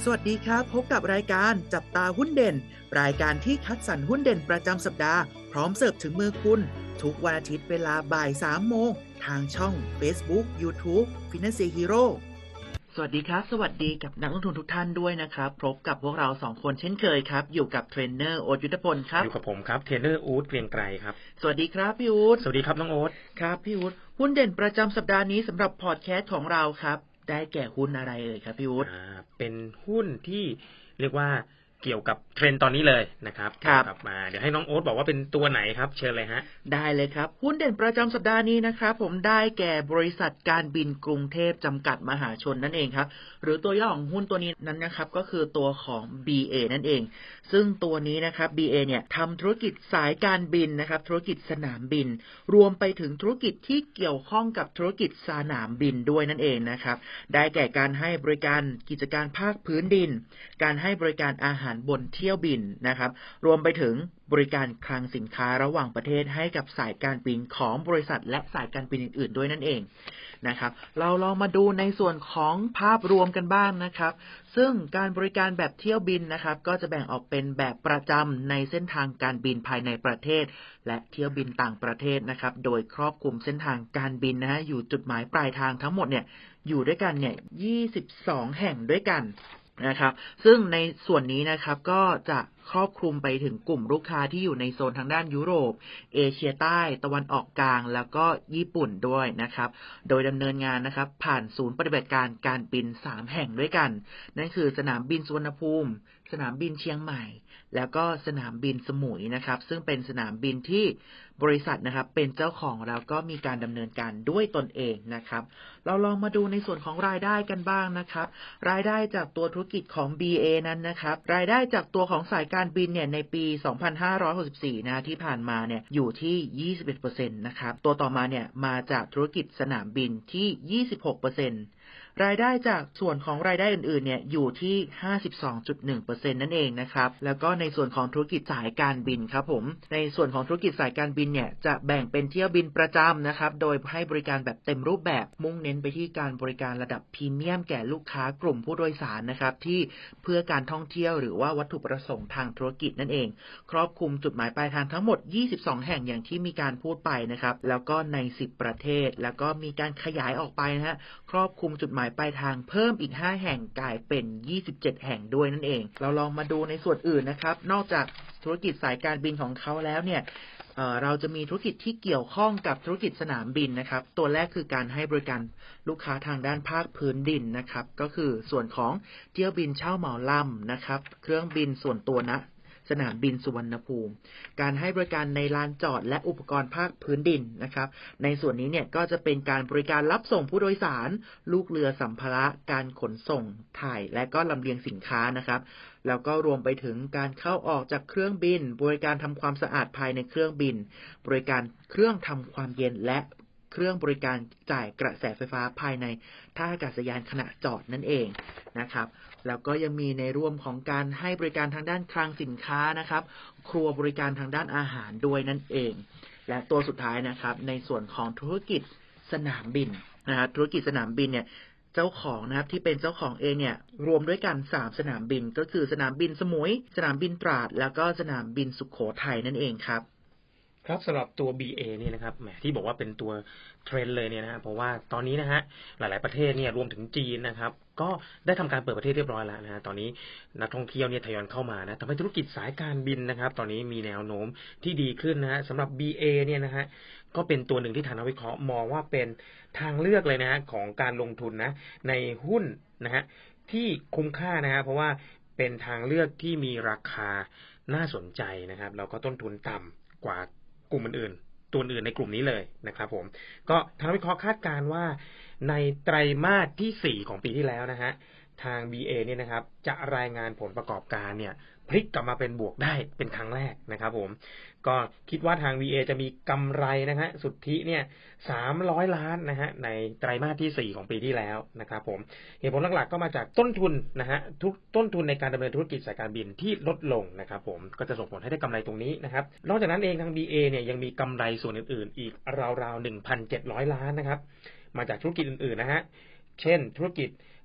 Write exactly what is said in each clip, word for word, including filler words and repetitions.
สวัสดีครับพบกับรายการจับตาหุ้นเด่นรายการที่คัดสรรหุ้นเด่นประจำสัปดาห์พร้อมเสิร์ฟถึงมือคุณทุกวันอาทิตย์เวลาบ่ายสามโมงทางช่อง Facebook YouTube Finance Hero สวัสดีครับสวัสดีกับนักลงทุนทุกท่านด้วยนะครับพบกับพวกเราสองคนเช่นเคยครับอยู่กับเทรนเนอร์โอ๊ตยุทธพลครับอยู่กับผมครับเทรนเนอร์อู๊ดเกรียงไกรครับสวัสดีครับพี่อู๊ดสวัสดีครับน้องโอ๊ตครับพี่อู๊ดหุ้นเด่นประจำสัปดาห์นี้สำหรับพอดแคสต์ของเราครับได้แก่หุ้นอะไรเอ่ยครับพี่อู๊ดอ่าเป็นหุ้นที่เรียกว่าเกี่ยวกับเทรนด์ตอนนี้เลยนะครับครับกลับมาเดี๋ยวให้น้องโอ๊ตบอกว่าเป็นตัวไหนครับเชิญเลยฮะได้เลยครับหุ้นเด่นประจำสัปดาห์นี้นะครับผมได้แก่บริษัทการบินกรุงเทพจำกัดมหาชนนั่นเองครับหรือตัวย่อของหุ้นตัวนี้นั้นนะครับก็คือตัวของ บี เอ นั่นเองซึ่งตัวนี้นะครับ บี เอ เนี่ยทำธุรกิจสายการบินนะครับธุรกิจสนามบินรวมไปถึงธุรกิจที่เกี่ยวข้องกับธุรกิจสนามบินด้วยนั่นเองนะครับได้แก่การให้บริการกิจการภาคพื้นดินการให้บริการอาหารบนเที่ยวบินนะครับรวมไปถึงบริการคลังสินค้าระหว่างประเทศให้กับสายการบินของบริษัทและสายการบินอื่นๆด้วยนั่นเองนะครับเราลองมาดูในส่วนของภาพรวมกันบ้างนะครับซึ่งการบริการแบบเที่ยวบินนะครับก็จะแบ่งออกเป็นแบบประจำในเส้นทางการบินภายในประเทศและเที่ยวบินต่างประเทศนะครับโดยครอบคลุมเส้นทางการบินนะฮะอยู่จุดหมายปลายทางทั้งหมดเนี่ยอยู่ด้วยกันเนี่ยยี่สิบสองแห่งด้วยกันนะครับซึ่งในส่วนนี้นะครับก็จะครอบคลุมไปถึงกลุ่มลูกค้าที่อยู่ในโซนทางด้านยุโรปเอเชียใต้ตะวันออกกลางแล้วก็ญี่ปุ่นด้วยนะครับโดยดำเนินงานนะครับผ่านศูนย์ปฏิบัติการการบินสามแห่งด้วยกันนั่นคือสนามบินสุวรรณภูมิสนามบินเชียงใหม่แล้วก็สนามบินสมุยนะครับซึ่งเป็นสนามบินที่บริษัทนะครับเป็นเจ้าของแล้วก็มีการดำเนินการด้วยตนเองนะครับเราลองมาดูในส่วนของรายได้กันบ้างนะครับรายได้จากตัวธุรกิจของ บี เอ นั้นนะครับรายได้จากตัวของสายการบินเนี่ยในปีสองพันห้าร้อยหกสิบสี่นะที่ผ่านมาเนี่ยอยู่ที่ ยี่สิบเอ็ดเปอร์เซ็นต์ นะครับตัวต่อมาเนี่ยมาจากธุรกิจสนามบินที่ ยี่สิบหกเปอร์เซ็นต์รายได้จากส่วนของรายได้อื่นๆเนี่ยอยู่ที่ ห้าสิบสองจุดหนึ่งเปอร์เซ็นต์ นั่นเองนะครับแล้วก็ในส่วนของธุรกิจสายการบินครับผมในส่วนของธุรกิจสายการบินเนี่ยจะแบ่งเป็นเที่ยวบินประจำนะครับโดยให้บริการแบบเต็มรูปแบบมุ่งเน้นไปที่การบริการระดับพรีเมียมแก่ลูกค้ากลุ่มผู้โดยสารนะครับที่เพื่อการท่องเที่ยวหรือว่าวัตถุประสงค์ทางธุรกิจนั่นเองครอบคลุมจุดหมายปลายทางทั้งหมดยี่สิบสองแห่งอย่างที่มีการพูดไปนะครับแล้วก็ในสิบประเทศแล้วก็มีการขยายออกไปนะฮะครอบคลุมจุดหมายปลายทางเพิ่มอีกห้าแห่งกลายเป็นยี่สิบเจ็ดแห่งด้วยนั่นเองเราลองมาดูในส่วนอื่นนะครับนอกจากธุรกิจสายการบินของเขาแล้วเนี่ยเอ่อเราจะมีธุรกิจที่เกี่ยวข้องกับธุรกิจสนามบินนะครับตัวแรกคือการให้บริการลูกค้าทางด้านภาคพื้นดินนะครับก็คือส่วนของเที่ยวบินเช่าเหมาลำนะครับเครื่องบินส่วนตัวนะสนามบินสุวรรณภูมิการให้บริการในลานจอดและอุปกรณ์ภาคพื้นดินนะครับในส่วนนี้เนี่ยก็จะเป็นการบริการรับส่งผู้โดยสารลูกเรือสัมภาระการขนส่งถ่ายและก็ลำเลียงสินค้านะครับแล้วก็รวมไปถึงการเข้าออกจากเครื่องบินบริการทำความสะอาดภายในเครื่องบินบริการเครื่องทำความเย็นและเครื่องบริการจ่ายกระแสไฟฟ้าภายในท่าอากาศยานขณะจอดนั่นเองนะครับแล้วก็ยังมีในร่วมของการให้บริการทางด้านคลังสินค้านะครับครัวบริการทางด้านอาหารด้วยนั่นเองและตัวสุดท้ายนะครับในส่วนของธุรกิจสนามบินนะฮะธุรกิจสนามบินเนี่ยเจ้าของนะครับที่เป็นเจ้าของเองเนี่ยรวมด้วยกันสามสนามบินก็คือสนามบินสมุยสนามบินตราดแล้วก็สนามบินสุโขทัยนั่นเองครับครับสำหรับตัว บี เอ เนี่ยนะครับแหมที่บอกว่าเป็นตัวเทรนด์เลยเนี่ยนะฮะเพราะว่าตอนนี้นะฮะหลายๆประเทศเนี่ยรวมถึงจีนนะครับก็ได้ทำการเปิดประเทศเรียบร้อยแล้วนะฮะตอนนี้นักท่องเที่ยวเนี่ยทยอยเข้ามานะทำให้ธุรกิจสายการบินนะครับตอนนี้มีแนวโน้มที่ดีขึ้นนะฮะสำหรับ บี เอ เนี่ยนะฮะก็เป็นตัวหนึ่งที่ทางนักวิเคราะห์มองว่าเป็นทางเลือกเลยนะฮะของการลงทุนนะในหุ้นนะฮะที่คุ้มค่านะฮะเพราะว่าเป็นทางเลือกที่มีราคาน่าสนใจนะครับแล้วก็ต้นทุนต่ำกว่ากลุ่มอื่นๆตัวอื่นในกลุ่มนี้เลยนะครับผมก็ทางวิเคราะห์คาดการณ์ว่าในไตรมาสที่สี่ของปีที่แล้วนะฮะทาง บี เอ เนี่ยนะครับจะรายงานผลประกอบการเนี่ยพลิกกลับมาเป็นบวกได้เป็นครั้งแรกนะครับผมก็คิดว่าทาง บี เอ จะมีกำไรนะฮะสุทธิเนี่ยสามร้อยล้านนะฮะในไตรมาสที่สี่ของปีที่แล้วนะครับผมเหตุผลหลักๆก็มาจากต้นทุนนะฮะทุกต้นทุนในการดำเนินธุรกิจสายการบินที่ลดลงนะครับผมก็จะส่งผลให้ได้กำไรตรงนี้นะครับนอกจากนั้นเองทาง บี เอ เนี่ยยังมีกำไรส่วนอื่นๆอีกราวๆ หนึ่งพันเจ็ดร้อยล้านนะครับมาจากธุรกิจอื่นๆนะฮะเช่นธุรกิจ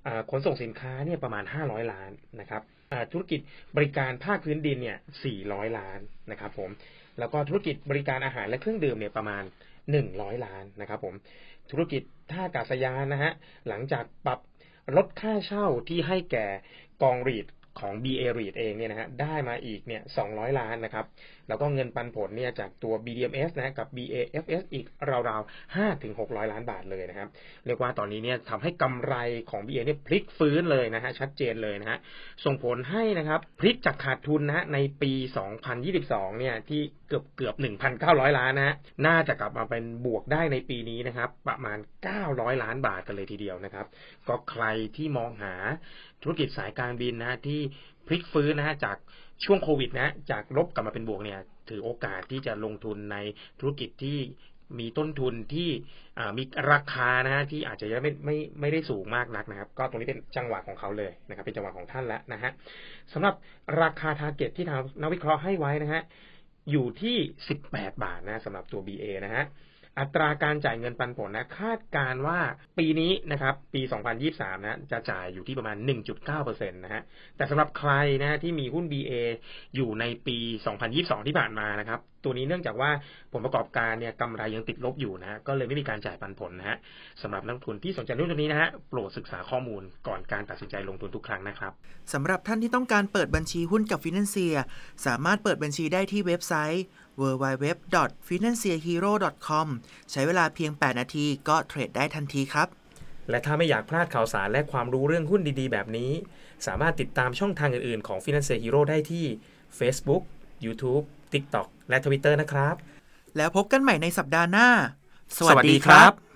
ขนส่งสินค้าเนี่ยประมาณห้าร้อยล้านนะครับธุรกิจบริการภาคพื้นดินเนี่ยสี่ร้อยล้านนะครับผมแล้วก็ธุรกิจบริการอาหารและเครื่องดื่มเนี่ยประมาณหนึ่งร้อยล้านนะครับผมธุรกิจท่าอากาศยานนะฮะหลังจากปรับลดค่าเช่าที่ให้แก่กองรีดของ บี เอ รีด เองเนี่ยนะฮะได้มาอีกเนี่ยสองร้อยล้านนะครับแล้วก็เงินปันผลเนี่ยจากตัว บี ดี เอ็ม เอส นะกับ บี เอ เอฟ เอส อีกราวๆ ห้าถึงหกร้อยล้านบาทเลยนะครับเรียกว่าตอนนี้เนี่ยทำให้กำไรของ บี เอ เนี่ยพลิกฟื้นเลยนะฮะชัดเจนเลยนะฮะส่งผลให้นะครับพลิกจากขาดทุนนะฮะในปีสองพันยี่สิบสองเนี่ยที่เกือบเกือบ หนึ่งพันเก้าร้อย ล้านนะฮะน่าจะกลับมาเป็นบวกได้ในปีนี้นะครับประมาณเก้าร้อยล้านบาทกันเลยทีเดียวนะครับก็ใครที่มองหาธุรกิจสายการบินนะที่พลิกฟื้นนะฮะจากช่วงโควิดนะจากลบกลับมาเป็นบวกเนี่ยถือโอกาสที่จะลงทุนในธุรกิจที่มีต้นทุนที่มีราคานะฮะที่อาจจะไม่ไม่ไม่ได้สูงมากนักนะครับก็ตรงนี้เป็นจังหวะของเขาเลยนะครับเป็นจังหวะของท่านแล้วนะฮะสำหรับราคาทาร์เก็ตที่ทางนักวิเคราะห์ให้ไว้นะฮะอยู่ที่สิบแปดบาทนะสำหรับตัว บี เอ นะฮะอัตราการจ่ายเงินปันผลนะคาดการว่าปีนี้นะครับปีสองพันยี่สิบสามนะจะจ่ายอยู่ที่ประมาณ หนึ่งจุดเก้าเปอร์เซ็นต์ นะฮะแต่สำหรับใครนะที่มีหุ้น บี เอ อยู่ในปีสองพันยี่สิบสองที่ผ่านมานะครับตัวนี้เนื่องจากว่าผลประกอบการเนี่ยกำไรยังติดลบอยู่นะก็เลยไม่มีการจ่ายปันผลนะฮะสำหรับนักลงทุนที่สนใจเรื่องนี้นะฮะโปรดศึกษาข้อมูลก่อนการตัดสินใจลงทุนทุกครั้งนะครับสำหรับท่านที่ต้องการเปิดบัญชีหุ้นกับ Financier สามารถเปิดบัญชีได้ที่เว็บไซต์ ดับเบิลยู ดับเบิลยู ดับเบิลยู ดอท ฟินแลนเซียฮีโร่ ดอท คอม ใช้เวลาเพียงแปดนาทีก็เทรดได้ทันทีครับและถ้าไม่อยากพลาดข่าวสารและความรู้เรื่องหุ้นดีๆแบบนี้สามารถติดตามช่องทางอื่นๆของ Financier Hero ได้ที่ Facebook YouTube TikTok และ Twitter นะครับแล้วพบกันใหม่ในสัปดาห์หน้าสวัสดีครับ